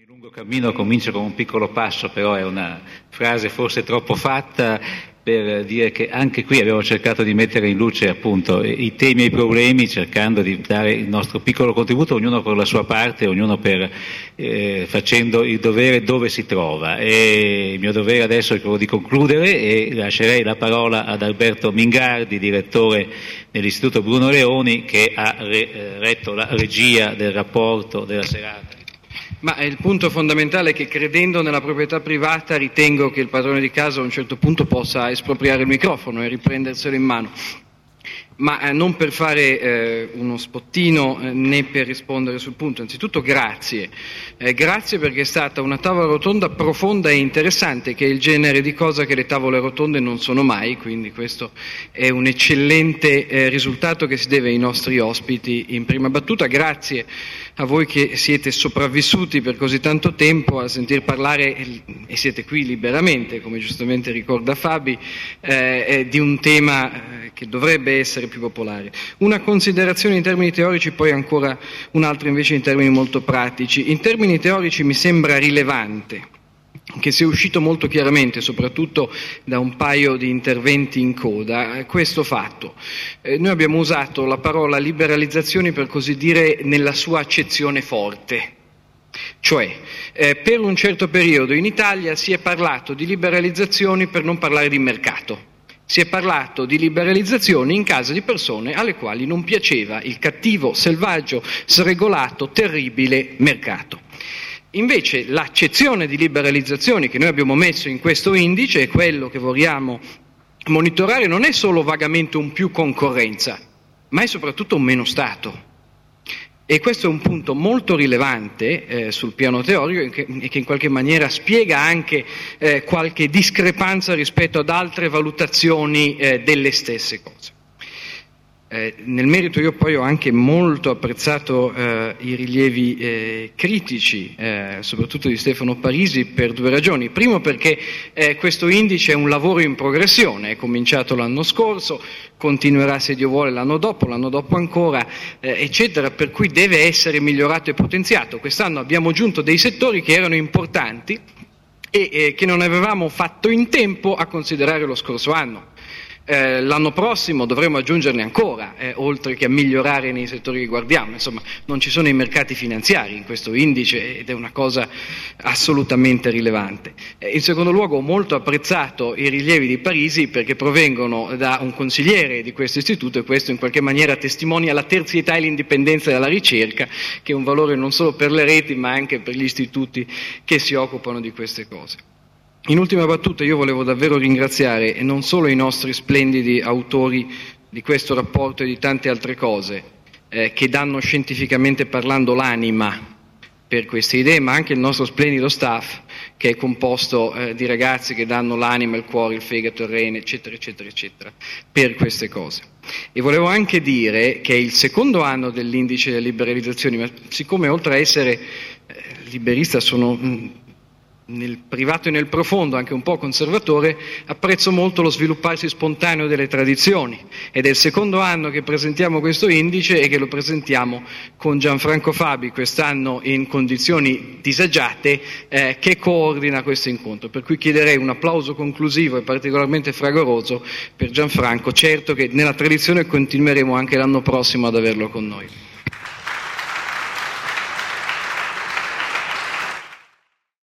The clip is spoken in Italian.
Ogni lungo cammino comincia con un piccolo passo, però è una frase forse troppo fatta per dire che anche qui abbiamo cercato di mettere in luce appunto i temi e i problemi, cercando di dare il nostro piccolo contributo, ognuno per la sua parte, ognuno facendo il dovere dove si trova. E il mio dovere adesso è quello di concludere e lascerei la parola ad Alberto Mingardi, direttore dell'Istituto Bruno Leoni, che ha retto la regia del rapporto della serata. Ma il punto fondamentale è che, credendo nella proprietà privata, ritengo che il padrone di casa a un certo punto possa espropriare il microfono e riprenderselo in mano. Ma non per fare uno spottino né per rispondere sul punto. Anzitutto grazie. Grazie perché è stata una tavola rotonda profonda e interessante, che è il genere di cosa che le tavole rotonde non sono mai, quindi questo è un eccellente risultato che si deve ai nostri ospiti in prima battuta. Grazie a voi che siete sopravvissuti per così tanto tempo a sentir parlare, e siete qui liberamente, come giustamente ricorda Fabi, di un tema che dovrebbe essere più popolare. Una considerazione in termini teorici, poi ancora un'altra invece in termini molto pratici. In termini teorici mi sembra rilevante che sia uscito molto chiaramente, soprattutto da un paio di interventi in coda, questo fatto. Noi abbiamo usato la parola liberalizzazioni, per così dire, nella sua accezione forte. Cioè, per un certo periodo in Italia si è parlato di liberalizzazioni per non parlare di mercato. Si è parlato di liberalizzazioni in casa di persone alle quali non piaceva il cattivo, selvaggio, sregolato, terribile mercato. Invece l'accezione di liberalizzazioni che noi abbiamo messo in questo indice, e quello che vogliamo monitorare, non è solo vagamente un più concorrenza, ma è soprattutto un meno Stato. E questo è un punto molto rilevante sul piano teorico e che in qualche maniera spiega anche qualche discrepanza rispetto ad altre valutazioni delle stesse cose. Nel merito io poi ho anche molto apprezzato i rilievi critici, soprattutto di Stefano Parisi, per due ragioni. Primo, perché questo indice è un lavoro in progressione, è cominciato l'anno scorso, continuerà se Dio vuole l'anno dopo ancora, eccetera, per cui deve essere migliorato e potenziato. Quest'anno abbiamo aggiunto dei settori che erano importanti e che non avevamo fatto in tempo a considerare lo scorso anno. L'anno prossimo dovremo aggiungerne ancora, oltre che a migliorare nei settori che guardiamo. Insomma, non ci sono i mercati finanziari in questo indice ed è una cosa assolutamente rilevante. In secondo luogo, ho molto apprezzato i rilievi di Parisi perché provengono da un consigliere di questo istituto, e questo in qualche maniera testimonia la terzietà e l'indipendenza della ricerca, che è un valore non solo per le reti ma anche per gli istituti che si occupano di queste cose. In ultima battuta io volevo davvero ringraziare non solo i nostri splendidi autori di questo rapporto e di tante altre cose che danno scientificamente parlando l'anima per queste idee, ma anche il nostro splendido staff che è composto di ragazzi che danno l'anima, il cuore, il fegato, il rene, eccetera, eccetera, eccetera, per queste cose. E volevo anche dire che è il secondo anno dell'indice delle liberalizzazioni, ma siccome oltre a essere liberista sono nel privato e nel profondo anche un po' conservatore, apprezzo molto lo svilupparsi spontaneo delle tradizioni, ed è il secondo anno che presentiamo questo indice e che lo presentiamo con Gianfranco Fabi, quest'anno in condizioni disagiate, che coordina questo incontro, per cui chiederei un applauso conclusivo e particolarmente fragoroso per Gianfranco, certo che nella tradizione continueremo anche l'anno prossimo ad averlo con noi.